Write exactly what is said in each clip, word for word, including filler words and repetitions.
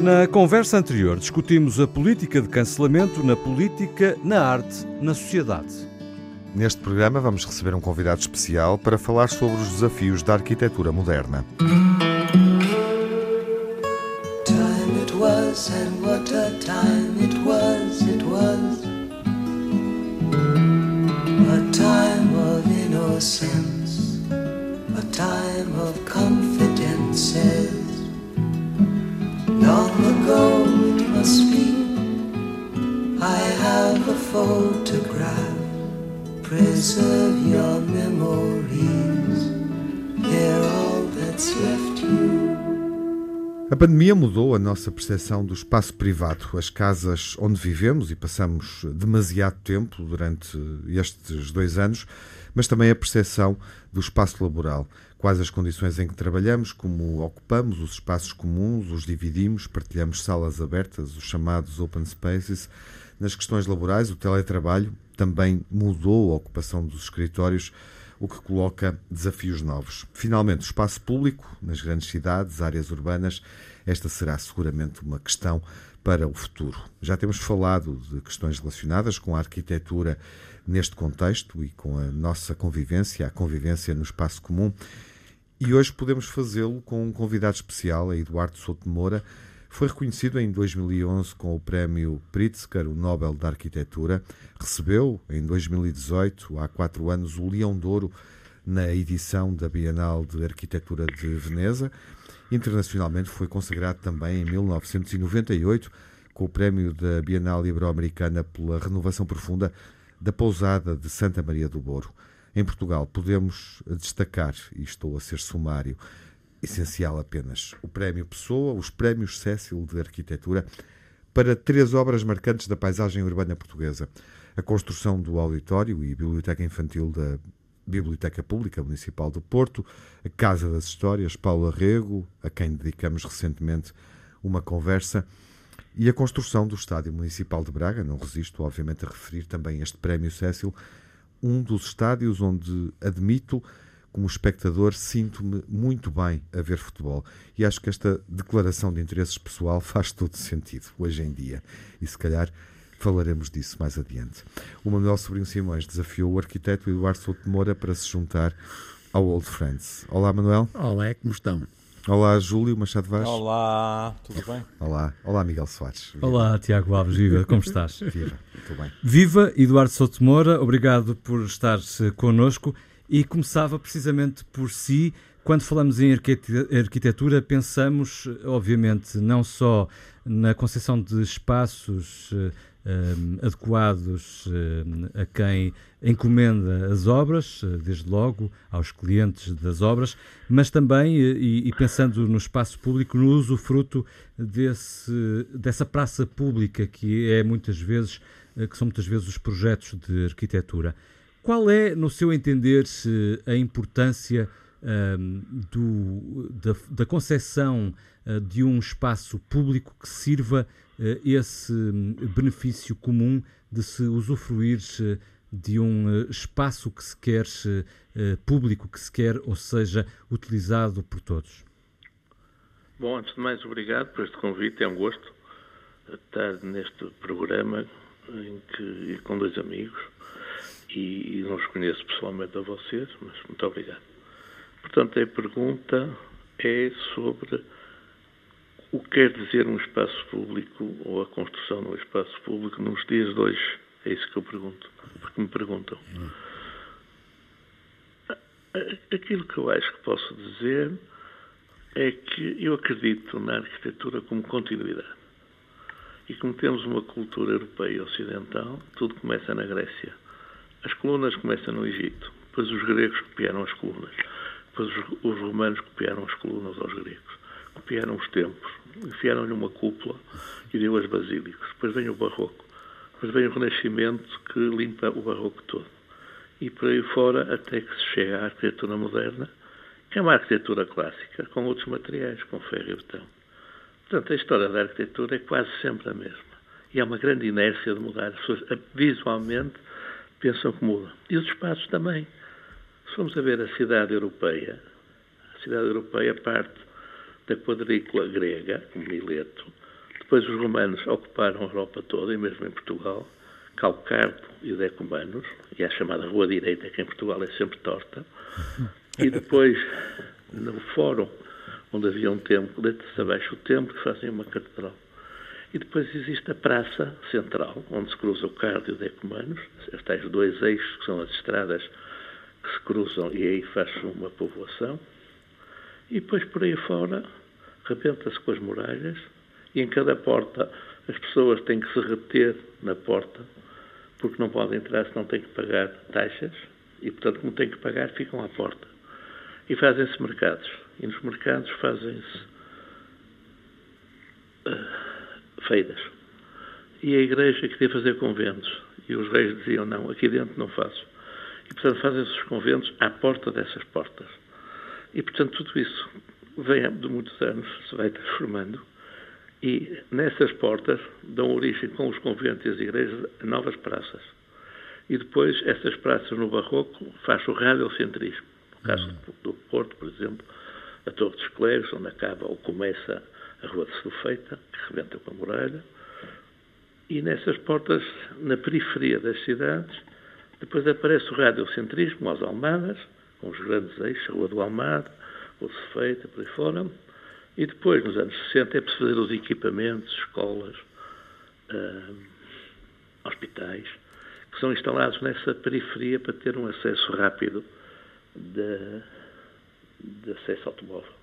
Na conversa anterior discutimos a política de cancelamento na política, na arte, na sociedade. Neste programa vamos receber um convidado especial para falar sobre os desafios da arquitetura moderna. Time it was, and what a time it was, it was a time of innocence, a time of confidences. Long ago it must be, I have a photograph. Preserve your memories, they're all that's left you. A pandemia mudou a nossa percepção do espaço privado, as casas onde vivemos e passamos demasiado tempo durante estes dois anos, mas também a percepção do espaço laboral. Quais as condições em que trabalhamos, como ocupamos os espaços comuns, os dividimos, partilhamos salas abertas, os chamados open spaces. Nas questões laborais, o teletrabalho também mudou a ocupação dos escritórios, o que coloca desafios novos. Finalmente, o espaço público nas grandes cidades, áreas urbanas, esta será seguramente uma questão para o futuro. Já temos falado de questões relacionadas com a arquitetura neste contexto e com a nossa convivência, a convivência no espaço comum, e hoje podemos fazê-lo com um convidado especial, a Eduardo Souto de Moura. Foi reconhecido em dois mil e onze com o Prémio Pritzker, o Nobel da Arquitetura. Recebeu, em dois mil e dezoito, há quatro anos, o Leão de Ouro na edição da Bienal de Arquitetura de Veneza. Internacionalmente foi consagrado também em mil novecentos e noventa e oito com o Prémio da Bienal Ibero-Americana pela renovação profunda da Pousada de Santa Maria do Douro. Em Portugal podemos destacar, e estou a ser sumário, essencial apenas, o Prémio Pessoa, os Prémios Cécil de Arquitetura, para três obras marcantes da paisagem urbana portuguesa. A construção do auditório e biblioteca infantil da Biblioteca Pública Municipal do Porto, a Casa das Histórias, Paulo Arrego, a quem dedicamos recentemente uma conversa, e a construção do Estádio Municipal de Braga. Não resisto, obviamente, a referir também este Prémio Cécil, um dos estádios onde, admito, como espectador, sinto-me muito bem a ver futebol. E acho que esta declaração de interesses pessoal faz todo sentido hoje em dia. E se calhar falaremos disso mais adiante. O Manuel Sobrinho Simões desafiou o arquiteto Eduardo Souto de Moura para se juntar ao Old Friends. Olá, Manuel. Olá, como estão? Olá, Júlio Machado Vaz. Olá, tudo bem? Olá, Olá Miguel Soares. Viva. Olá, Tiago Alves, viva, como estás? Viva, muito bem. Viva, Eduardo Souto de Moura, obrigado por estar connosco. E começava precisamente por si. Quando falamos em arquitetura, pensamos, obviamente, não só na concepção de espaços um, adequados um, a quem encomenda as obras, desde logo aos clientes das obras, mas também, e, e pensando no espaço público, no usufruto desse, dessa praça pública que é muitas vezes, que são muitas vezes os projetos de arquitetura. Qual é, no seu entender, a importância um, do, da, da concepção uh, de um espaço público que sirva uh, esse benefício comum de se usufruir uh, de um uh, espaço que se quer uh, público, que se quer, ou seja, utilizado por todos? Bom, antes de mais, obrigado por este convite. É um gosto estar neste programa em que, com dois amigos. E, e não os conheço pessoalmente a vocês, mas muito obrigado. Portanto, a pergunta é sobre o que quer dizer um espaço público ou a construção de um espaço público nos dias de hoje. É isso que eu pergunto, porque me perguntam. Aquilo que eu acho que posso dizer é que eu acredito na arquitetura como continuidade. E como temos uma cultura europeia ocidental, tudo começa na Grécia. As colunas começam no Egito, depois os gregos copiaram as colunas, depois os, os romanos copiaram as colunas aos gregos, copiaram os templos, enfiaram-lhe uma cúpula e deu as basílicos. Depois vem o barroco, depois vem o Renascimento que limpa o barroco todo. E por aí fora até que se chega à arquitetura moderna, que é uma arquitetura clássica, com outros materiais, com ferro e betão. Portanto, a história da arquitetura é quase sempre a mesma. E há uma grande inércia de mudar. As pessoas visualmente pensam que muda. E os espaços também. Se formos a ver a cidade europeia, a cidade europeia parte da quadrícula grega, como Mileto, Depois os romanos ocuparam a Europa toda, e mesmo em Portugal, Calcardo e o Decumanos, e a chamada Rua Direita, que em Portugal é sempre torta. E depois, no fórum, onde havia um templo, deita-se abaixo o templo, que fazem uma catedral. E depois existe a Praça Central, onde se cruza o Cardo e o Decumanos, estes tais dois eixos, que são as estradas que se cruzam, e aí faz-se uma povoação. E depois, por aí fora, rebenta-se com as muralhas, e em cada porta as pessoas têm que se reter na porta, porque não podem entrar se não têm que pagar taxas, e, portanto, como têm que pagar, ficam à porta. E fazem-se mercados. E nos mercados fazem-se uh, feiras. E a igreja queria fazer conventos. E os reis diziam, não, aqui dentro não faço. E, portanto, fazem-se os conventos à porta dessas portas. E, portanto, tudo isso vem de muitos anos, se vai transformando. E nessas portas dão origem, com os conventos e as igrejas, a novas praças. E depois, essas praças no Barroco faz o radiocentrismo. No caso uhum. do Porto, por exemplo, a Torre dos Clérigos, onde acaba ou começa a Rua de Sofeita, que rebenta com a muralha. E nessas portas, na periferia das cidades, depois aparece o radiocentrismo, as Almadas, com os grandes eixos, a Rua do Almada, a Rua de Sofeita, por aí fora. E depois, nos anos sessenta, é preciso fazer os equipamentos, escolas, uh, hospitais, que são instalados nessa periferia para ter um acesso rápido de, de acesso automóvel.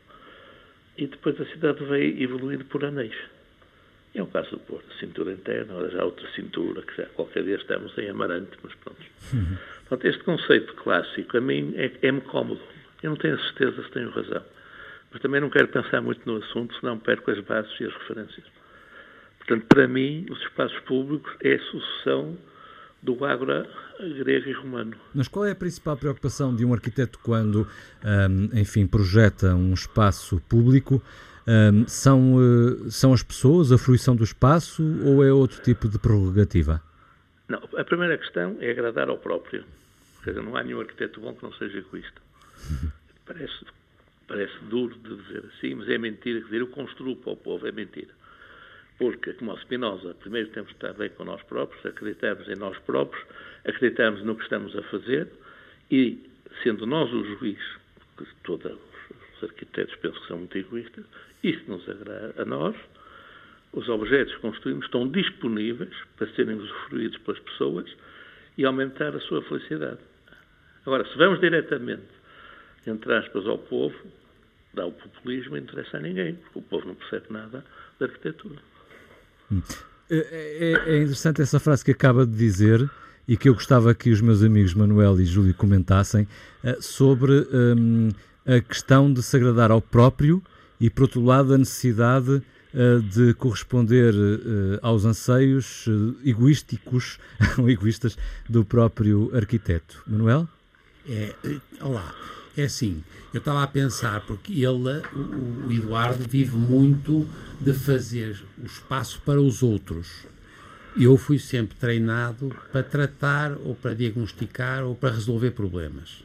E depois a cidade veio evoluindo por anéis. É o caso do Porto, a cintura interna, agora já outra cintura, que já qualquer dia estamos em Amarante, mas pronto. Uhum. Portanto, este conceito clássico, a mim, é, é-me cómodo. Eu não tenho certeza se tenho razão. Mas também não quero pensar muito no assunto, senão perco as bases e as referências. Portanto, para mim, os espaços públicos é a sucessão do ágora grego e romano. Mas qual é a principal preocupação de um arquiteto quando, um, enfim, projeta um espaço público? Um, são, uh, são as pessoas, a fruição do espaço, ou é outro tipo de prerrogativa? Não, a primeira questão é agradar ao próprio. Quer dizer, não há nenhum arquiteto bom que não seja egoísta. Uhum. Parece... Parece duro de dizer assim, mas é mentira. Quer dizer, eu construo para o povo, é mentira. Porque, como o Spinoza, primeiro temos de estar bem com nós próprios, acreditamos em nós próprios, acreditamos no que estamos a fazer e, sendo nós o juiz, que todos os arquitetos pensam que são muito egoístas, isso nos agrada a nós, os objetos que construímos estão disponíveis para serem usufruídos pelas pessoas e aumentar a sua felicidade. Agora, se vamos diretamente, entre aspas, ao povo, dá o populismo, não interessa a ninguém, porque o povo não percebe nada da arquitetura. Hum. É, é interessante essa frase que acaba de dizer e que eu gostava que os meus amigos Manuel e Júlio comentassem uh, sobre um, a questão de se agradar ao próprio e, por outro lado, a necessidade uh, de corresponder uh, aos anseios uh, egoísticos ou egoístas do próprio arquiteto. Manuel? É, olá. É assim, eu estava a pensar, porque ele, o, o Eduardo, vive muito de fazer o espaço para os outros. Eu fui sempre treinado para tratar, ou para diagnosticar, ou para resolver problemas.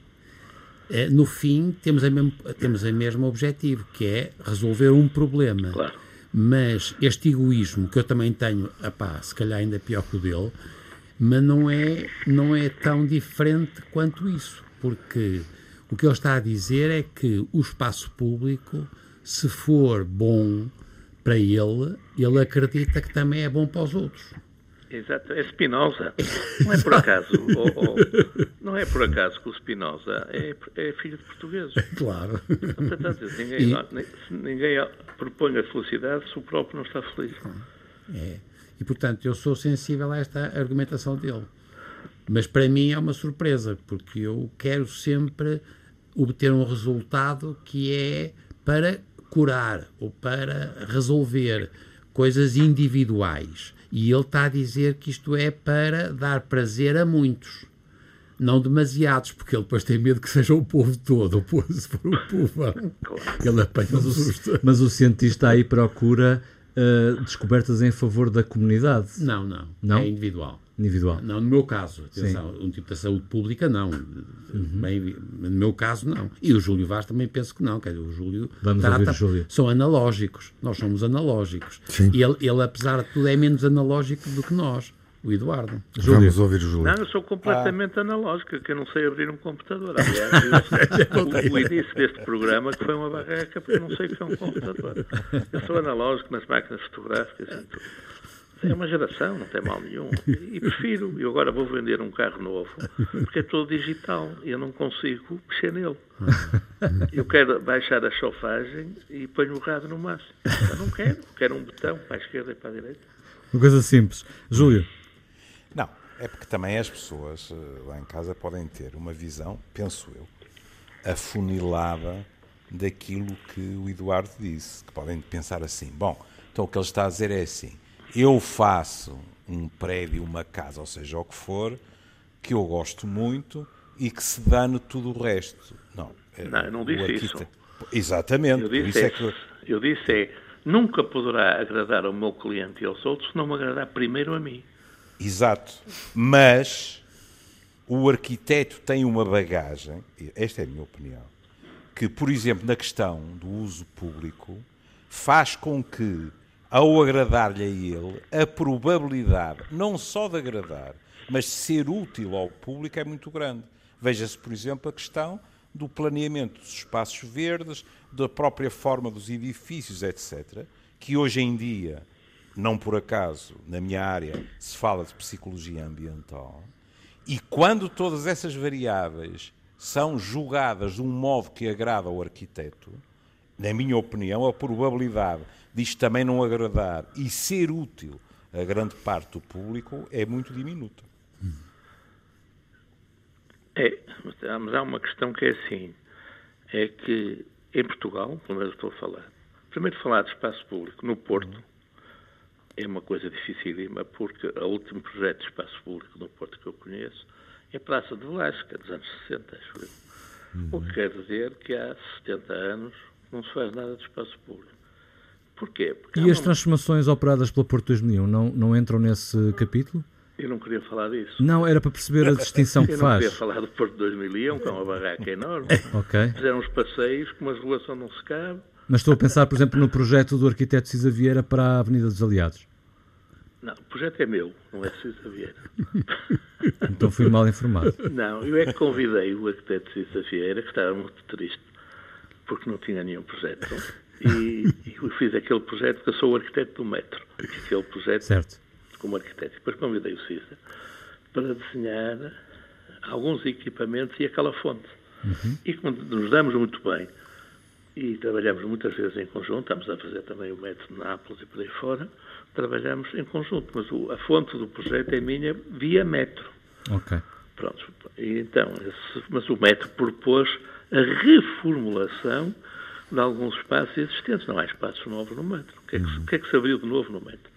É, no fim, temos o mesmo, temos o mesmo objetivo, que é resolver um problema. Claro. Mas este egoísmo, que eu também tenho, apá, se calhar ainda pior que o dele, mas não é, não é tão diferente quanto isso, porque... O que ele está a dizer é que o espaço público, se for bom para ele, ele acredita que também é bom para os outros. Exato, é Spinoza. Não é por acaso, ou, ou, não é por acaso que o Spinoza é, é filho de portugueses. Claro. Portanto, ninguém, e... ninguém propõe a felicidade se o próprio não está feliz. É. E, portanto, eu sou sensível a esta argumentação dele. Mas para mim é uma surpresa, porque eu quero sempre obter um resultado que é para curar ou para resolver coisas individuais. E ele está a dizer que isto é para dar prazer a muitos. Não demasiados, porque ele depois tem medo que seja o povo todo. O povo, se for o povo, ele apanha mas, o, mas o cientista aí procura uh, descobertas em favor da comunidade. Não, não, não. É individual. individual. Não, no meu caso, atenção, Sim. um tipo de saúde pública, não. Uhum. Bem, no meu caso, não. E o Júlio Vaz também penso que não. Quer dizer, o Júlio, Vamos trata, ouvir o Júlio. São analógicos. Nós somos analógicos. Sim. E ele, ele, apesar de tudo, é menos analógico do que nós, o Eduardo. Júlio. Vamos ouvir o Júlio. Não, eu sou completamente ah. analógico, que eu não sei abrir um computador. Aliás, o, o início deste programa que foi uma barreca, porque eu não sei o que é um computador. Eu sou analógico nas máquinas fotográficas e tudo. É uma geração, não tem mal nenhum. E prefiro. Eu agora vou vender um carro novo, porque é todo digital e eu não consigo mexer nele. Eu quero baixar a chofagem e ponho o rádio no máximo. Eu não quero. Quero um botão para a esquerda e para a direita. Uma coisa simples. Júlio. Não, é porque também as pessoas lá em casa podem ter uma visão, penso eu, afunilada daquilo que o Eduardo disse. Que podem pensar assim, bom, então o que ele está a dizer é assim, eu faço um prédio, uma casa, ou seja, o que for, que eu gosto muito e que se dane tudo o resto. Não, não eu não disse arquite... isso. Exatamente. Eu disse, isso é, é que... eu disse é, nunca poderá agradar ao meu cliente e aos outros se não me agradar primeiro a mim. Exato. Mas o arquiteto tem uma bagagem, esta é a minha opinião, que, por exemplo, na questão do uso público, faz com que, ao agradar-lhe a ele, a probabilidade não só de agradar, mas de ser útil ao público é muito grande. Veja-se, por exemplo, a questão do planeamento dos espaços verdes, da própria forma dos edifícios, etcétera, que hoje em dia, não por acaso, na minha área, se fala de psicologia ambiental, e quando todas essas variáveis são julgadas de um modo que agrada ao arquiteto, na minha opinião, a probabilidade disto também não agradar e ser útil a grande parte do público é muito diminuta. É, mas há uma questão que é assim, é que em Portugal, como eu estou a falar, primeiro falar de espaço público no Porto é uma coisa dificílima, porque o último projeto de espaço público no Porto que eu conheço é a Praça de Velasco, que é dos anos sessenta, acho eu. Uhum. O que quer dizer que há setenta anos não se faz nada de espaço público. Porquê? Porque e as uma... transformações operadas pela Porto dois mil e um não, não entram nesse capítulo? Eu não queria falar disso. Não, era para perceber a distinção que eu faz. Eu não queria falar do Porto dois mil e um, que é uma barraca enorme. Okay. Fizeram uns passeios com uma regulação não se cabe. Mas estou a pensar, por exemplo, no projeto do arquiteto Cisa Vieira para a Avenida dos Aliados. Não, o projeto é meu, não é Cisa Vieira. Então fui mal informado. Não, eu é que convidei o arquiteto Cisa Vieira, que estava muito triste, porque não tinha nenhum projeto. E, e eu fiz aquele projeto, porque eu sou o arquiteto do metro. Aquele projeto certo. Como arquiteto. Depois convidei o Cisa para desenhar alguns equipamentos e aquela fonte. Uhum. E como nos damos muito bem, e trabalhamos muitas vezes em conjunto, estamos a fazer também o metro de Nápoles e por aí fora, trabalhamos em conjunto, mas o, a fonte do projeto é minha via metro. Ok. Pronto. E então, esse, mas o metro propôs a reformulação de alguns espaços existentes. Não há espaços novos no metro. O que é que, uhum. o que, é que se abriu de novo no metro?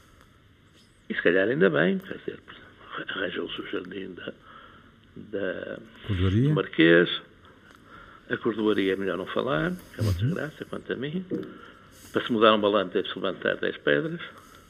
E se calhar ainda bem, quer dizer, arranjou-se o jardim da, da, do Marquês, a cordoaria é melhor não falar, que é uma desgraça, quanto a mim. Para se mudar um balão teve-se levantar dez pedras.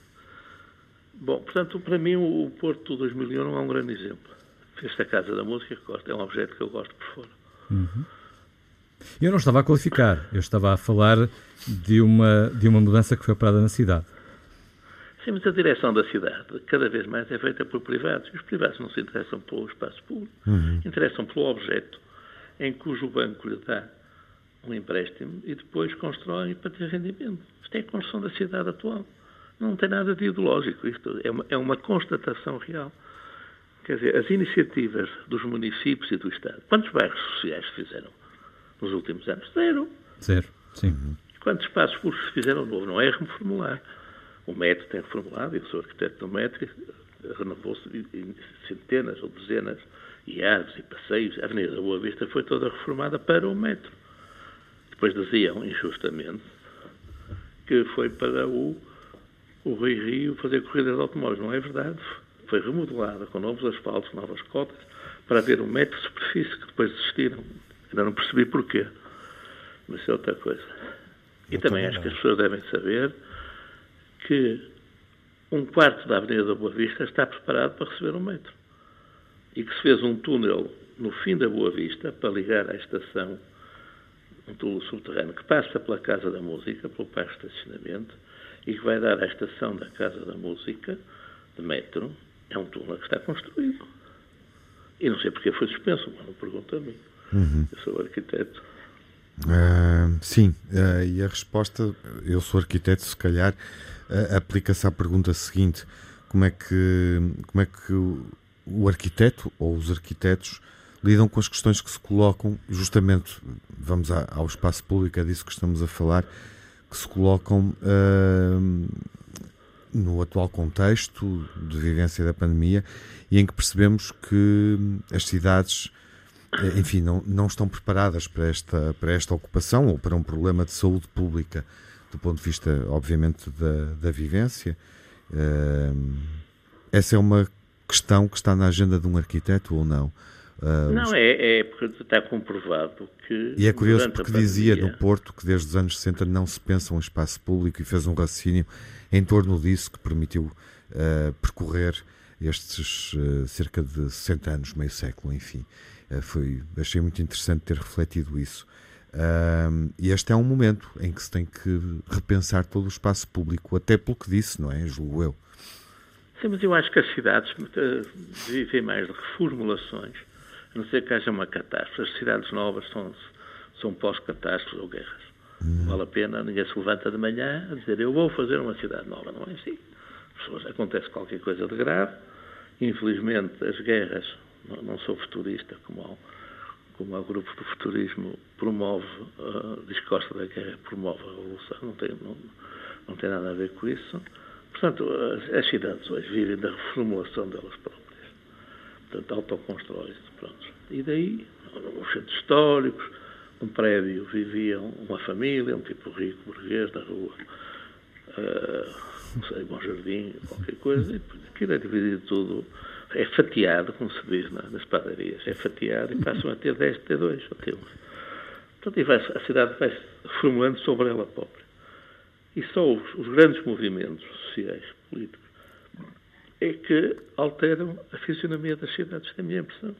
Bom, portanto, para mim o Porto dois mil e um não é um grande exemplo. Esta Casa da Música que gosto, é um objeto que eu gosto por fora. Uhum. Eu não estava a qualificar, eu estava a falar de uma, de uma mudança que foi operada na cidade. Sim, mas a direção da cidade cada vez mais é feita por privados. E os privados não se interessam pelo espaço público, uhum. interessam pelo objeto em cujo banco lhe dá um empréstimo e depois constroem para ter rendimento. Isto é a construção da cidade atual. Não tem nada de ideológico. Isto é uma, é uma constatação real. Quer dizer, as iniciativas dos municípios e do Estado. Quantos bairros sociais se fizeram nos últimos anos? Zero. Zero, sim. Quantos espaços públicos se fizeram novo? Não é reformular. O metro tem reformulado, eu sou arquiteto do metro, renovou-se em centenas ou dezenas e árvores e passeios. A Avenida da Boa Vista foi toda reformada para o metro. Depois diziam, injustamente, que foi para o, o Rio Rio fazer corridas de automóveis. Não é verdade. Foi remodelada com novos asfaltos, novas cotas, para haver um metro de superfície que depois desistiram. Ainda não percebi porquê. Mas é outra coisa. E também acho que as pessoas devem saber que um quarto da Avenida da Boa Vista está preparado para receber um metro. E que se fez um túnel no fim da Boa Vista para ligar à estação, um túnel subterrâneo que passa pela Casa da Música, pelo parque de estacionamento, e que vai dar à estação da Casa da Música, de metro. É um túnel que está construído. E não sei porque foi suspenso, mas não pergunta a mim. Uhum. Eu sou arquiteto. Uh, sim, uh, e a resposta, eu sou arquiteto, se calhar, uh, aplica-se à pergunta seguinte: como é que, como é que o, o arquiteto ou os arquitetos lidam com as questões que se colocam, justamente, vamos a, ao espaço público, é disso que estamos a falar, que se colocam uh, no atual contexto de vivência da pandemia, e em que percebemos que as cidades, enfim, não, não estão preparadas para esta, para esta ocupação ou para um problema de saúde pública, do ponto de vista, obviamente, da, da vivência. Uh, essa é uma questão que está na agenda de um arquiteto ou não? Uh, não, os... é, é porque está comprovado que... E é curioso porque dizia no Porto que desde os anos sessenta não se pensa um espaço público, e fez um raciocínio em torno disso que permitiu uh, percorrer estes uh, cerca de sessenta anos, meio século, enfim. Uh, foi, achei muito interessante ter refletido isso. Uh, e este é um momento em que se tem que repensar todo o espaço público, até pelo que disse, não é? Julgo eu. Sim, mas eu acho que as cidades vivem mais de reformulações, a não ser que haja uma catástrofe. As cidades novas são, são pós-catástrofes ou guerras. Hum. Vale a pena, ninguém se levanta de manhã a dizer eu vou fazer uma cidade nova, não é assim. As pessoas, acontece qualquer coisa de grave. Infelizmente, as guerras, não, não sou futurista, como há, como há grupo do futurismo, promove, uh, diz que gosta da guerra, promove a revolução, não tem, não, não tem nada a ver com isso. Portanto, as, as cidades hoje vivem da reformulação delas próprias. Portanto, autoconstrói-se, pronto. E daí, nos centros históricos, num prédio viviam uma família, um tipo rico, burguês, da rua, uh, não sei, Bom Jardim, qualquer coisa, e aquilo é dividido tudo, é fatiado, como se diz na, nas padarias, é fatiado e passam a ter dez T dois, ou T um. Portanto, e vai, a cidade vai se reformulando sobre ela própria. E só os, os grandes movimentos sociais, políticos, é que alteram a fisionomia das cidades, é a minha impressão.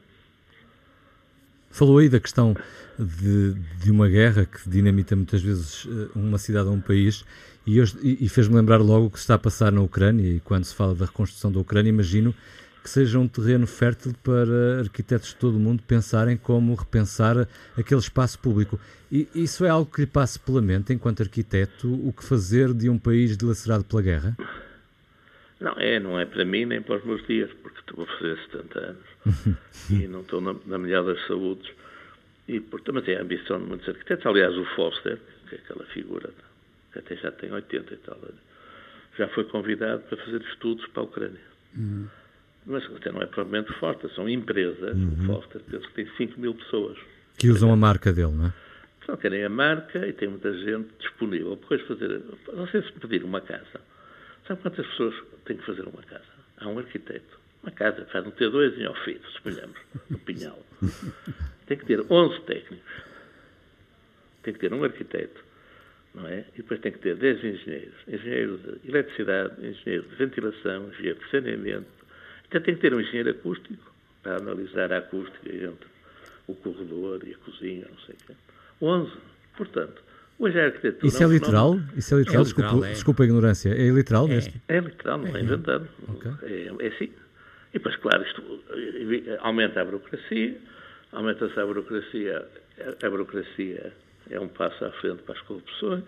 Falou aí da questão de, de uma guerra que dinamita muitas vezes uma cidade ou um país, e, eu, e fez-me lembrar logo o que se está a passar na Ucrânia, e quando se fala da reconstrução da Ucrânia, imagino que seja um terreno fértil para arquitetos de todo o mundo pensarem como repensar aquele espaço público. E isso é algo que lhe passa pela mente, enquanto arquiteto, o que fazer de um país dilacerado pela guerra? Não é, não é para mim nem para os meus dias, porque estou a fazer setenta anos e não estou na, na melhor das saúdes. E, portanto, mas é a ambição de muitos arquitetos. Aliás, o Foster, que é aquela figura que até já tem oitenta e tal, já foi convidado para fazer estudos para a Ucrânia. Uhum. Mas até não é propriamente Foster, são empresas. Uhum. O Foster penso que tem cinco mil pessoas. Que usam a marca dele, não é? Só querem a marca e tem muita gente disponível. Depois fazer, você se pedir uma casa, sabe quantas pessoas têm que fazer uma casa? Há um arquiteto. Uma casa que faz um T dois em Ofito, suponhamos, no Pinhal. Tem que ter onze técnicos. Tem que ter um arquiteto, não é? E depois tem que ter dez engenheiros. Engenheiro de eletricidade, engenheiro de ventilação, engenheiro de saneamento. Até tem que ter um engenheiro acústico para analisar a acústica entre o corredor e a cozinha, não sei o quê. onze. Portanto, hoje a arquitetura... Isso é literal? Não... Isso é literal? É desculpa, literal, é. Desculpa a ignorância. É literal é, mesmo? É literal, não é, é inventado. Okay. É, é assim. E depois, claro, isto aumenta a burocracia, aumenta-se a burocracia, a burocracia é um passo à frente para as corrupções,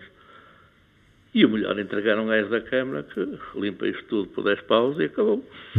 e o melhor é entregar um gajo da Câmara que limpa isto tudo por dez paus e acabou.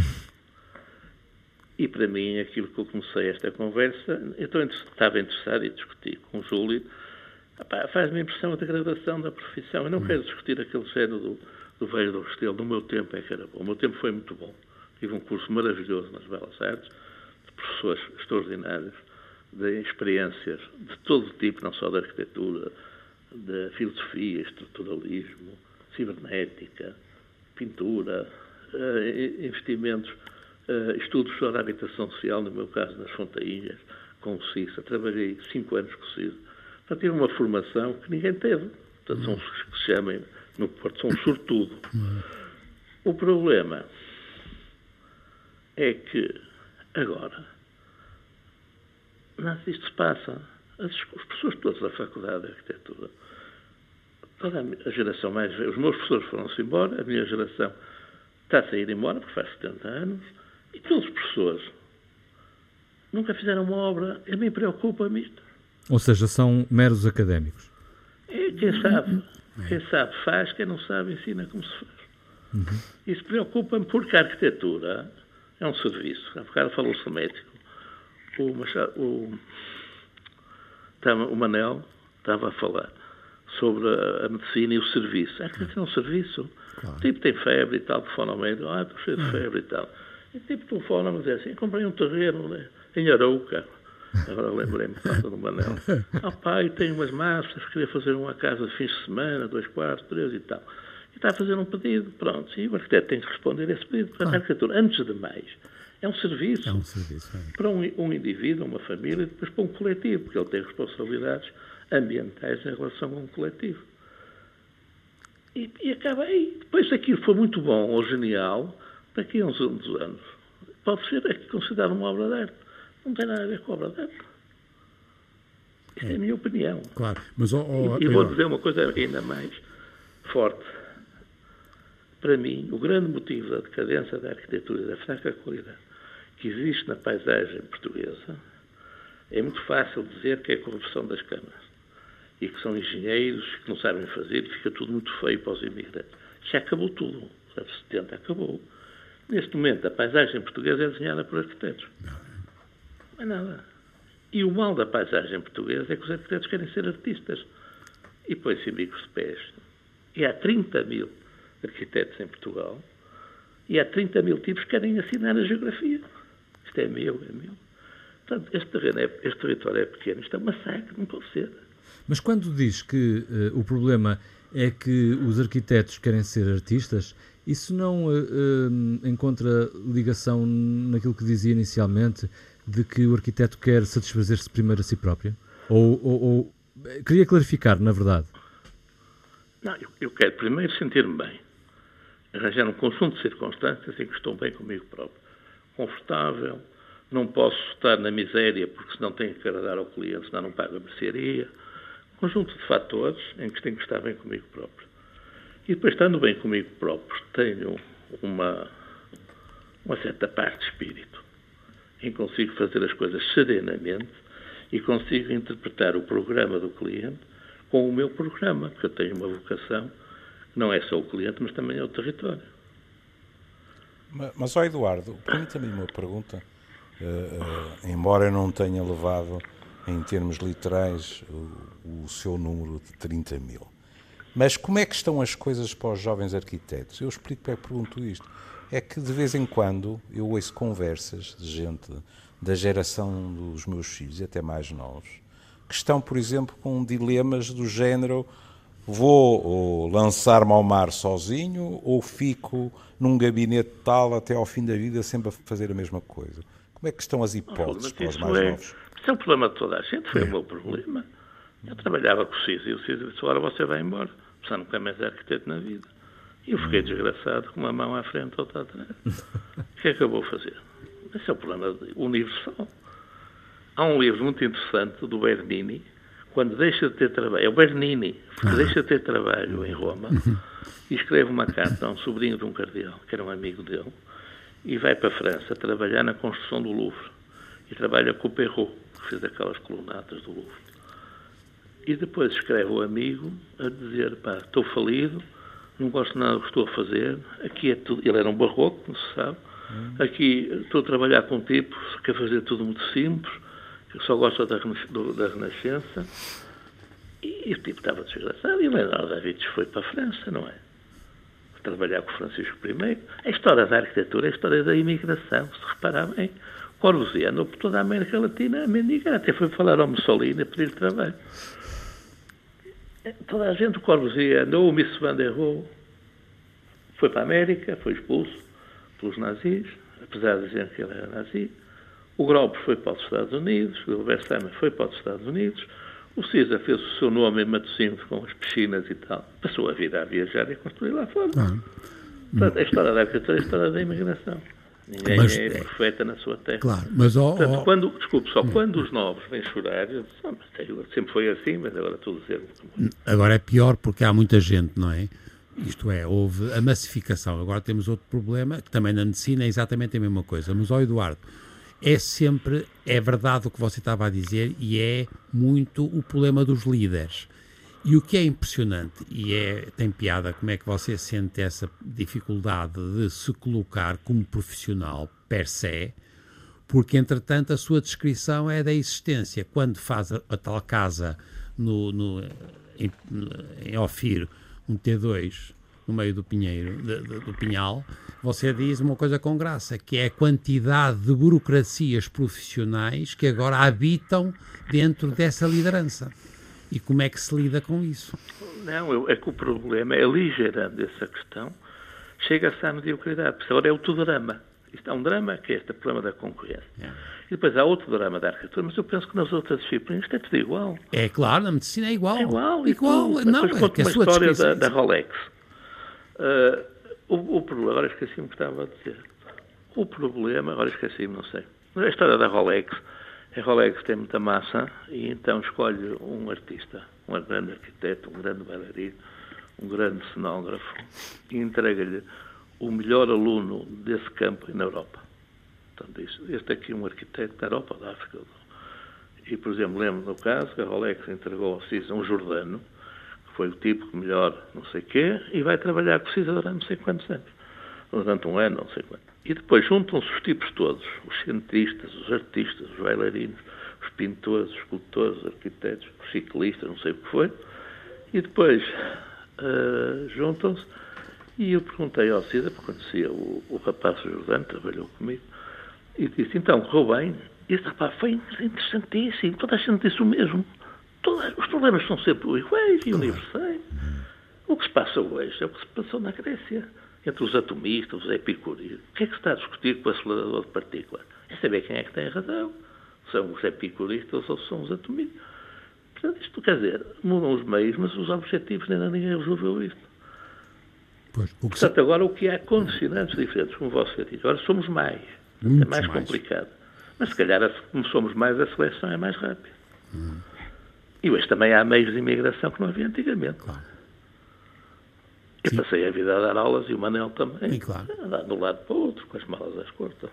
E para mim, aquilo que eu comecei esta conversa, eu estou, estava interessado e discuti com o Júlio, faz-me impressão a degradação da profissão. Eu não hum. quero discutir aquele género do, do velho do Restelo, do meu tempo é que era bom. O meu tempo foi muito bom. Tive um curso maravilhoso nas Belas Artes, de professores extraordinários, de experiências de todo tipo, não só da arquitetura, da filosofia, estruturalismo, cibernética, pintura, uh, investimentos, uh, estudos sobre a habitação social, no meu caso nas Fontainhas, com o Cissa. Trabalhei cinco anos com o Cissa. Portanto, tive uma formação que ninguém teve. Portanto, são os que se chamam no Porto, são um sortudo. O problema é que agora nada disto se passa. As, as pessoas todas da Faculdade de Arquitetura, toda a geração mais velha, os meus professores foram-se embora, a minha geração está a sair embora, porque faz setenta anos, e todos os professores nunca fizeram uma obra. A mim preocupa-me isto. Ou seja, são meros académicos. É, quem sabe, quem sabe faz, quem não sabe ensina como se faz. Uhum. Isso preocupa-me porque a arquitetura é um serviço. Há bocado falou-se médico. O, Machado, o, o Manel estava a falar sobre a, a medicina e o serviço. A arquitetura é um serviço. Claro. O tipo tem febre e tal, telefona ao médico, ah, estou cheio de febre e tal. E o tipo telefona-me e diz assim, comprei um terreno, né, em Arouca. Agora lembrei-me falta do Manel. Ah, pai, tenho umas massas, queria fazer uma casa de fins de semana, dois quartos, três e tal. E está a fazer um pedido, pronto. E o arquiteto tem que responder a esse pedido. Portanto, a arquitetura, antes de mais, é um serviço. É um serviço. É. Para um, um indivíduo, uma família, e depois para um coletivo, porque ele tem responsabilidades ambientais em relação a um coletivo. E, e acaba aí. Depois, se aquilo for muito bom ou genial, daqui a uns, uns anos, pode ser aqui considerado uma obra de arte. Não tem nada a ver com a obra de arte. Isto é, é a minha opinião. Claro. Mas, oh, oh, e, e vou eu... dizer uma coisa ainda mais forte. Para mim, o grande motivo da decadência da arquitetura e da fraca qualidade que existe na paisagem portuguesa é muito fácil dizer que é a corrupção das câmaras e que são engenheiros que não sabem fazer e fica tudo muito feio para os imigrantes. Já acabou tudo. Nos anos setenta acabou. Neste momento, a paisagem portuguesa é desenhada por arquitetos. Não é nada. E o mal da paisagem portuguesa é que os arquitetos querem ser artistas e põem-se em bicos de pés. E há trinta mil arquitetos em Portugal e há trinta mil tipos que querem assinar a geografia. Isto é meu, é meu. Portanto, este terreno, é, este território é pequeno, isto é um massacre, não pode ser. Mas quando diz que uh, o problema é que os arquitetos querem ser artistas, isso não uh, uh, encontra ligação naquilo que dizia inicialmente de que o arquiteto quer satisfazer-se primeiro a si próprio? Ou, ou, ou... Queria clarificar, na verdade. Não, eu, eu quero primeiro sentir-me bem. Arranjar um conjunto de circunstâncias em que estou bem comigo próprio. Confortável, não posso estar na miséria porque senão tenho que agradar ao cliente, senão não pago a mercearia. Um conjunto de fatores em que tenho que estar bem comigo próprio. E depois, estando bem comigo próprio, tenho uma, uma certa parte de espírito em que consigo fazer as coisas serenamente e consigo interpretar o programa do cliente com o meu programa, porque eu tenho uma vocação que não é só o cliente, mas também é o território. Mas, mas ó Eduardo, permita-me uma pergunta, uh, uh, embora eu não tenha levado em termos literais o, o seu número de trinta mil. Mas como é que estão as coisas para os jovens arquitetos? Eu explico para que pergunto isto. É que de vez em quando eu ouço conversas de gente da geração dos meus filhos, até mais novos, que estão, por exemplo, com dilemas do género: vou lançar-me ao mar sozinho ou fico num gabinete tal até ao fim da vida sempre a fazer a mesma coisa? Como é que estão as hipóteses para os mais é, novos? Isso é um problema de toda a gente, foi é. o meu problema. Eu trabalhava com o Císio e o Císio disse: agora você vai embora, você nunca mais é arquiteto na vida. E eu fiquei desgraçado com uma mão à frente e outra atrás. O que é que eu vou fazer? Esse é o problema universal. Há um livro muito interessante do Bernini, quando deixa de ter trabalho, é o Bernini, porque deixa de ter trabalho em Roma, e escreve uma carta a um sobrinho de um cardeal, que era um amigo dele, e vai para a França trabalhar na construção do Louvre. E trabalha com o Perrault, que fez aquelas colunatas do Louvre. E depois escreve o amigo a dizer: pá, estou falido, não gosto nada do que estou a fazer, aqui é tudo. Ele era um barroco, não se sabe. Aqui estou a trabalhar com um tipo que quer fazer tudo muito simples, que só gosta da, da Renascença. E, e o tipo estava desgraçado. E o Leonardo da Vinci foi para a França, não é? Trabalhar com Francisco primeiro. A história da arquitetura é a história da imigração, se reparar bem. Corbusier andou por toda a América Latina a mendigar, até foi falar ao Mussolini a pedir trabalho. Toda a gente, o Corbusier andou, o Miss Van der Rohe foi para a América, foi expulso pelos nazis, apesar de dizer que ele era nazi. O Graup foi para os Estados Unidos, o Verstappen foi para os Estados Unidos, o Cisa fez o seu nome em Matosinhos com as piscinas e tal. Passou a vida a viajar e a construir lá fora. Ah. Portanto, a história da arquitetura é a história da imigração. Ninguém mas, é profeta na sua terra. Claro, mas... Oh, Portanto, oh, quando, desculpe, só quando os novos vêm chorar, eu disse, oh, mas sempre foi assim, mas agora estou a dizer... Agora é pior porque há muita gente, não é? Isto é, houve a massificação. Agora temos outro problema, que também na medicina é exatamente a mesma coisa. Mas, ó Eduardo, é sempre, é verdade o que você estava a dizer e é muito o problema dos líderes. E o que é impressionante, e é, tem piada, como é que você sente essa dificuldade de se colocar como profissional per se, porque, entretanto, a sua descrição é da existência. Quando faz a, a tal casa no, no, em, em Ofir, um T dois, no meio do pinheiro, de, de, do pinhal, você diz uma coisa com graça, que é a quantidade de burocracias profissionais que agora habitam dentro dessa liderança. E como é que se lida com isso? Não, eu, é que o problema é aligerando essa questão, chega-se à mediocridade, porque agora é outro drama. Isto é um drama que é este problema da concorrência. É. E depois há outro drama da arquitetura, mas eu penso que nas outras disciplinas isto é tudo igual. É claro, na medicina é igual. É igual. igual. Depois não, conto é uma história da, da Rolex. Uh, o, o problema, agora esqueci-me o que estava a dizer. O problema, agora esqueci-me, não sei. Mas a história da Rolex, a Rolex tem muita massa e então escolhe um artista, um grande arquiteto, um grande bailarino, um grande cenógrafo e entrega-lhe o melhor aluno desse campo na Europa. Portanto, este aqui é um arquiteto da Europa, da África. E, por exemplo, lembro no caso que a Rolex entregou ao Cisa um jordano, que foi o tipo que melhor não sei o quê, e vai trabalhar com o Cisa durante não sei quantos anos. Durante um ano, não sei quanto. E depois juntam-se os tipos todos, os cientistas, os artistas, os bailarinos, os pintores, os escultores, os arquitetos, os ciclistas, não sei o que foi, e depois uh, juntam-se. E eu perguntei ao Cida, porque conhecia o, o rapaz Jordano, trabalhou comigo, e disse, então, correu bem? E esse rapaz foi interessantíssimo, toda a gente disse o mesmo. Toda, os problemas são sempre iguais e universais. O que se passa hoje é o que se passou na Grécia, entre os atomistas, os epicureus. O que é que se está a discutir com o acelerador de partículas? É saber quem é que tem razão. São os epicuristas ou são os atomistas. Portanto, isto quer dizer, mudam os meios, mas os objetivos ainda ninguém resolveu isto. Pois, o que Portanto, se... agora o que há condicionantes diferentes, como você disse, agora somos mais. Muito é mais, mais complicado. Mas se calhar, como somos mais, a seleção é mais rápida. Hum. E hoje também há meios de imigração que não havia antigamente. Claro. Eu Sim. passei a vida a dar aulas e o Manel também. Sim, claro. A dar de um lado para o outro, com as malas às costas.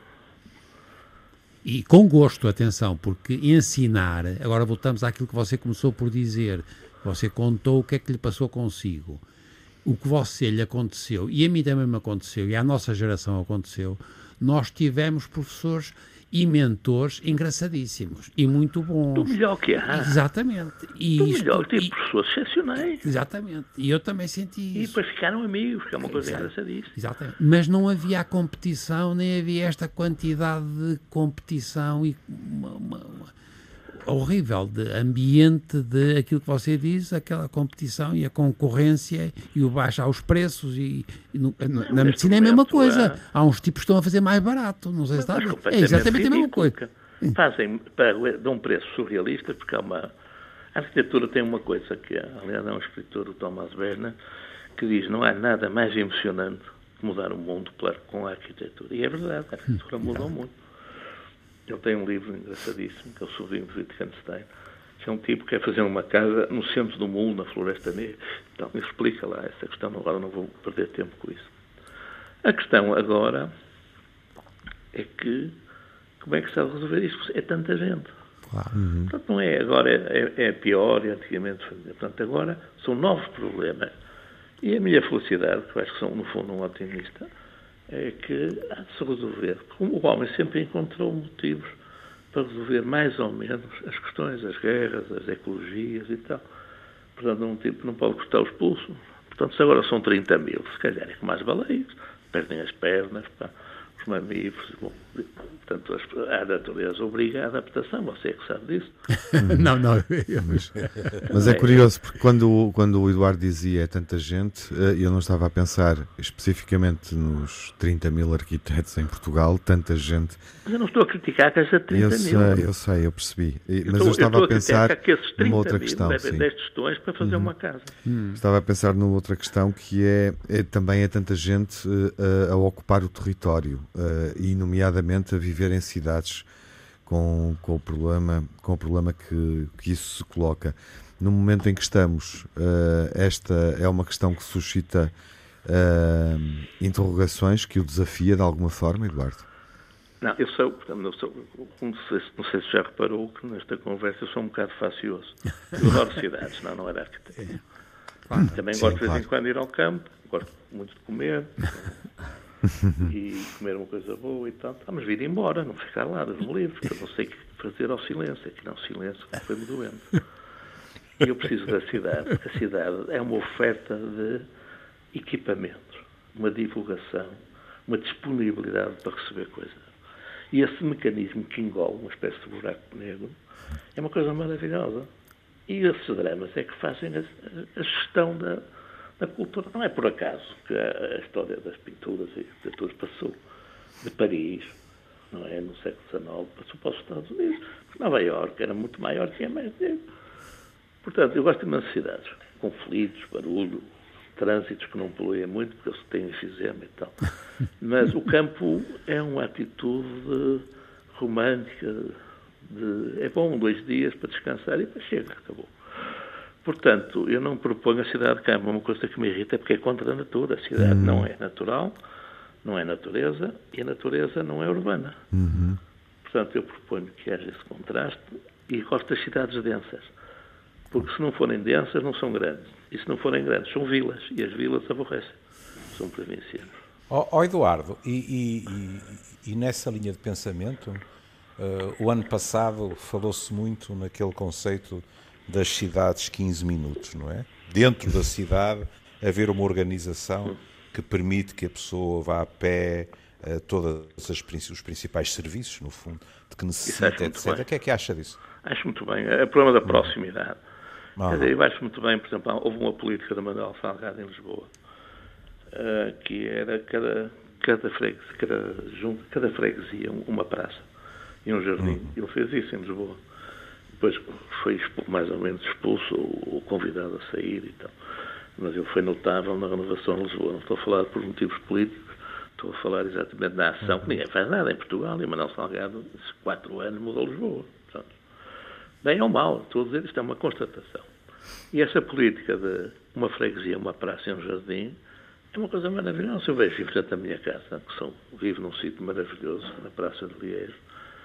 E com gosto, atenção, porque ensinar, agora voltamos àquilo que você começou por dizer, você contou o que é que lhe passou consigo. O que você lhe aconteceu, e a mim também me aconteceu, e à nossa geração aconteceu, nós tivemos professores e mentores engraçadíssimos e muito bons. Do melhor que há. Exatamente. E Do isto, melhor, tipo e, professores excepcionais. Exatamente. E eu também senti E isso. depois ficaram amigos, que é uma coisa Exato. engraçadíssima. Exatamente. Mas não havia a competição, nem havia esta quantidade de competição e uma, uma, uma horrível de ambiente de aquilo que você diz, aquela competição e a concorrência e o baixo aos preços e, e no, na, na medicina é a mesma coisa. É... Há uns tipos que estão a fazer mais barato, não sei se está a ver. É exatamente a mesma coisa. Fazem, dão um preço surrealista, porque há uma... A arquitetura tem uma coisa que, aliás, há um escritor, o Thomas Berner, que diz não há nada mais emocionante que mudar o mundo com a arquitetura. E é verdade, a arquitetura muda o mundo. Ele tem um livro engraçadíssimo, que é o Sobrinho de Wittgenstein, que é um tipo que quer fazer uma casa no centro do mundo, na Floresta Negra. Então, me explica lá essa questão, agora não vou perder tempo com isso. A questão agora é que, como é que se vai resolver isto? É tanta gente. Claro. Uhum. Portanto, não é agora, é, é pior, e antigamente foi. Portanto, agora são novos problemas. E a minha felicidade, que eu acho que sou, no fundo, um otimista, é que há de se resolver. Como o homem sempre encontrou motivos para resolver mais ou menos as questões, as guerras, as ecologias e tal. Portanto, um tipo não pode cortar os pulsos. Portanto, se agora são trinta mil, se calhar é como as baleias, perdem as pernas, pá. os mamíferos, bom, portanto, a natureza obriga a adaptação, você é que sabe disso. não, não. Mas, mas é curioso, porque quando, quando o Eduardo dizia é tanta gente, eu não estava a pensar especificamente nos trinta mil arquitetos em Portugal, tanta gente. Mas eu não estou a criticar que haja trinta eu mil. Sei, eu sei, eu percebi. Eu mas estou, eu estava eu a pensar que esses trinta numa outra mil questão. Devem sim. dez tostões para fazer Uhum. uma casa. Hum. Estava a pensar numa outra questão que é, é também é tanta gente uh, a ocupar o território uh, e nomeadamente a viver em cidades com, com o problema, com o problema que, que isso se coloca. No momento em que estamos, uh, esta é uma questão que suscita uh, interrogações, que o desafia de alguma forma, Eduardo? Não, eu sou, portanto, eu sou não, sei, não sei se já reparou que nesta conversa eu sou um bocado facioso. Eu adoro cidades, não, não era arquiteto. Claro. Também Sim, gosto de vez claro. em quando de ir ao campo, gosto muito de comer e comer uma coisa boa e tal. Ah, mas vir embora, não ficar lá, Deus me livre, porque eu não sei o que fazer ao silêncio. Aqui não, silêncio foi-me doente. E eu preciso da cidade. A cidade é uma oferta de equipamentos, uma divulgação, uma disponibilidade para receber coisas. E esse mecanismo que engole uma espécie de buraco negro é uma coisa maravilhosa. E esses dramas é que fazem a, a gestão da, da cultura. Não é por acaso que a, a história das pinturas e arquiteturas passou de Paris, não é, no século dezenove, passou para os Estados Unidos. Porque Nova Iorque era muito maior que a Média. Portanto, eu gosto de imensas cidades. Conflitos, barulho, trânsitos que não poluem muito, porque eles têm enfisema e tal. Mas o campo é uma atitude romântica. De, é bom dois dias para descansar e depois chega, acabou. Portanto, eu não proponho a cidade de campo. Uma coisa que me irrita é porque é contra a natureza. A cidade uhum. não é natural, não é natureza e a natureza não é urbana. Uhum. Portanto, eu proponho que haja esse contraste e gosto das cidades densas. Porque se não forem densas, não são grandes. E se não forem grandes, são vilas. E as vilas aborrecem. São provincianos. Ó oh, oh Eduardo, e, e, e, e nessa linha de pensamento, uh, o ano passado falou-se muito naquele conceito das cidades quinze minutos, não é? Dentro da cidade haver uma organização que permite que a pessoa vá a pé a todos os principais serviços, no fundo, de que necessita, etcétera. Bem. O que é que acha disso? Acho muito bem. É o problema da proximidade. Ah. Quer dizer, eu acho muito bem, por exemplo, houve uma política da Manuel Salgado em Lisboa, uh, que era cada, cada, freguesia, cada, junto, cada freguesia uma praça e um jardim. Uhum. Ele fez isso em Lisboa. Depois foi mais ou menos expulso ou convidado a sair e tal. Mas ele foi notável na renovação de Lisboa. Não estou a falar por motivos políticos, estou a falar exatamente da ação, que ninguém faz nada em Portugal, e Manuel Salgado, esses quatro anos, mudou Lisboa. Portanto, bem ou mal, estou a dizer, isto é uma constatação. E essa política de uma freguesia, uma praça e um jardim é uma coisa maravilhosa. Eu vejo, portanto, a minha casa, que são, vivo num sítio maravilhoso, na Praça de Liège,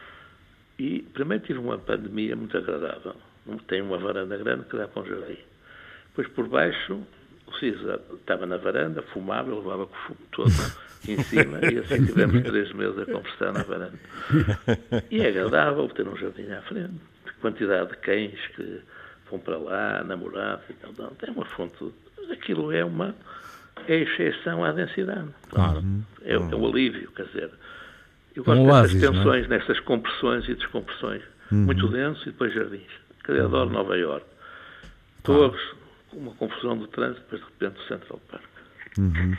e primeiro tive uma pandemia muito agradável. Tem uma varanda grande que dá para um jardim. Depois, por baixo, o Cisa estava na varanda, fumava, eu levava com o fumo todo em cima, e assim tivemos três meses a conversar na varanda. E é agradável ter um jardim à frente. Quantidade de cães que vão para lá, namorados e tal. Não, tem uma fonte. Aquilo é uma é exceção à densidade. Claro. É, é o alívio, quer dizer. Eu Um gosto oásis, dessas tensões, não é? nessas compressões e descompressões. Uhum. Muito denso e depois jardins. Quer dizer, adoro Nova Iorque. Torres, uma confusão do trânsito, depois de repente o Central Park. Uhum.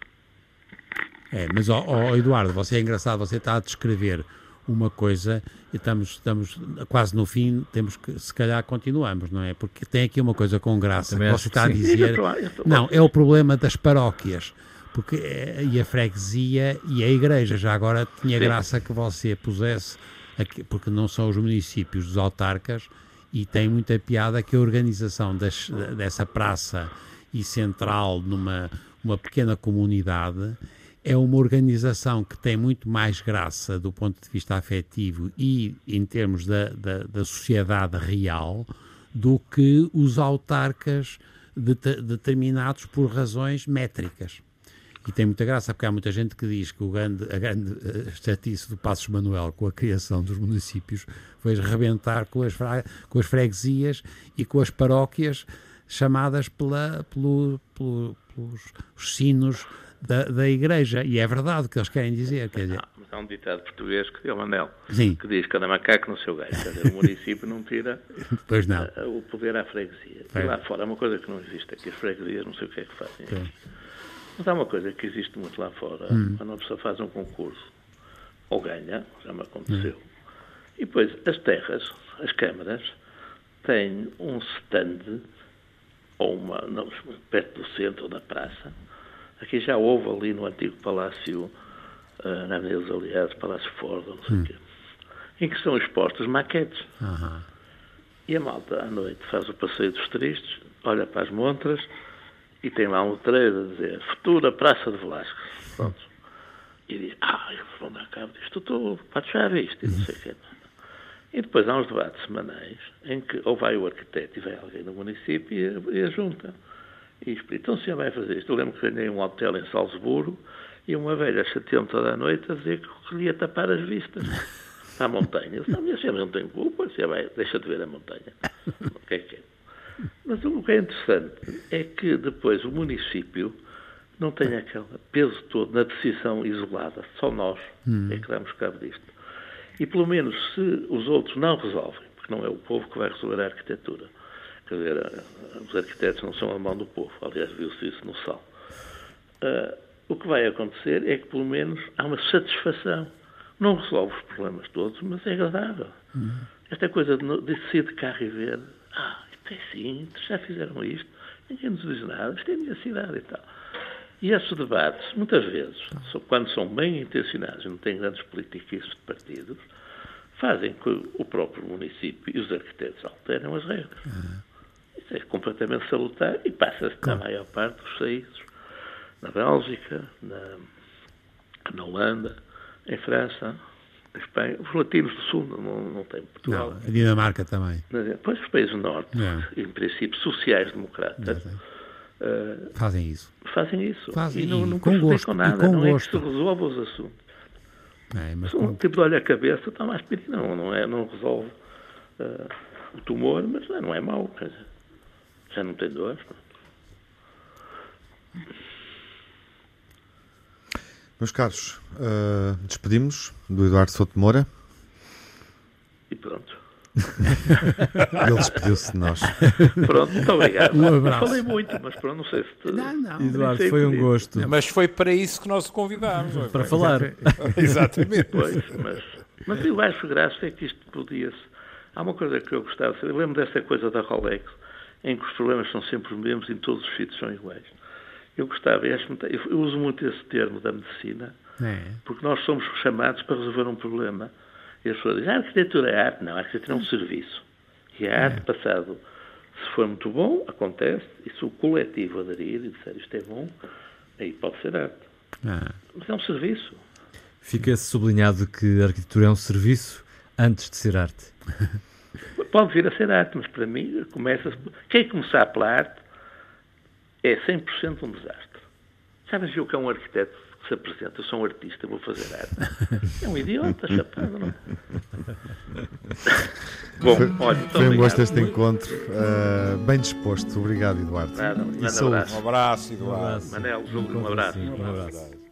É, mas, ó, ó, Eduardo, você é engraçado, você está a descrever uma coisa e estamos, estamos quase no fim, temos que, se calhar continuamos, não é? Porque tem aqui uma coisa com graça, que você está a dizer... Não, é o problema das paróquias, porque é, e a freguesia e a igreja, já agora tinha graça que você pusesse, aqui, porque não são os municípios, os autarcas, e tem muita piada que a organização das, dessa praça e central numa uma pequena comunidade é uma organização que tem muito mais graça do ponto de vista afetivo e em termos da, da, da sociedade real do que os autarcas de, de, determinados por razões métricas. E tem muita graça, porque há muita gente que diz que o grande, a grande chatice do Passos Manuel com a criação dos municípios foi rebentar com as, com as freguesias e com as paróquias chamadas pela, pelo, pelo, pelos os sinos da, da Igreja. E é verdade o que eles querem dizer. Quer dizer, Não, mas há um ditado português que deu Manel, Sim. que diz que cada macaco no seu galho. Quer dizer, o município não tira pois não. uh, o poder à freguesia. É. E lá fora, há uma coisa que não existe aqui, as freguesias não sei o que é que fazem. Sim. Mas há uma coisa que existe muito lá fora, Hum. quando uma pessoa faz um concurso, ou ganha, já me aconteceu, hum. e depois as terras, as câmaras, têm um stand, ou uma, não, perto do centro ou da praça. Aqui já houve ali no antigo Palácio, uh, na Avenida dos Aliados, Palácio Ford, não sei o hum. quê, em que são expostos maquetes. Uhum. E a malta, à noite, faz o passeio dos tristes, olha para as montras e tem lá um letreiro a dizer Futura Praça de Velasco. Pronto. E diz, ah, eles vão dar cabo disto tudo, pode já visto, e não sei o quê. E depois há uns debates semanais em que ou vai o arquiteto e vai alguém do município e, e a junta. E explica, então o senhor vai fazer isto. Eu lembro que ganhei um hotel em Salzburgo e uma velha chateou-me toda a noite a dizer que queria tapar as vistas à montanha. Eu disse, não, minha senhora, não tem culpa, você vai, deixa de ver a montanha. O que é que é? Mas o que é interessante é que depois o município não tem aquele peso todo na decisão isolada. Só nós hum. é que damos cabo disto. E pelo menos se os outros não resolvem, porque não é o povo que vai resolver a arquitetura. Quer dizer, os arquitetos não são a mão do povo. Aliás, viu-se isso no Sal. Uh, o que vai acontecer é que pelo menos há uma satisfação. Não resolve os problemas todos, mas é agradável. Uhum. Esta coisa de, de sair de carro e ver, ah, isto é assim, já fizeram isto, ninguém nos diz nada, isto é a minha cidade e tal. E esses debates, muitas vezes, quando são bem intencionados e não têm grandes politiquices de partidos, fazem que o próprio município e os arquitetos alterem as regras. Uhum. Isso é completamente salutar e passa-se claro. Na maior parte dos países, na Bélgica, na, na Holanda, em França, em Espanha. Os latinos do Sul não, não têm Portugal. Não, a Dinamarca também. Depois os países do Norte, é. Em princípio sociais-democratas, uh, fazem isso. Fazem isso. Fazem, e não, não com gosto, nada. com não gosto. É que se resolva os assuntos. É, mas um com... tipo de olho à cabeça está mais pedido. Não, não, é, não resolve uh, o tumor, mas não é mau. Quer dizer, já não tem dor. Meus caros, uh, despedimos do Eduardo Souto de Moura. E pronto. Ele despediu-se de nós. Pronto, muito obrigado. Um abraço. Falei muito, mas pronto, não sei se... Te... Não, não. Eduardo, foi um gosto. Mas foi para isso que nós o convidámos. Para falar. Exatamente. Pois, mas, mas eu acho graça é que isto podia-se... Há uma coisa que eu gostava, eu lembro dessa coisa da Rolex, em que os problemas são sempre os mesmos e em todos os sítios são iguais. Eu gostava, eu uso muito esse termo da medicina, é. Porque nós somos chamados para resolver um problema. E as pessoas dizem, a arquitetura é arte. Não, a arquitetura é um serviço. E a arte, é. Passado, se for muito bom, acontece, e se o coletivo aderir e disser isto é bom, aí pode ser arte. É. Mas é um serviço. Fica sublinhado que a arquitetura é um serviço antes de ser arte. Pode vir a ser arte, mas para mim, começa quem começar pela arte é cem por cento um desastre. Sabes o que é um arquiteto que se apresenta? Eu sou um artista, vou fazer arte. É um idiota, chapado, não? Bom, foi, olha, foi um gosto este encontro. Uh, bem disposto. Obrigado, Eduardo. Nada, um e grande abraço. Um abraço, Eduardo. Manel, um abraço. Um abraço.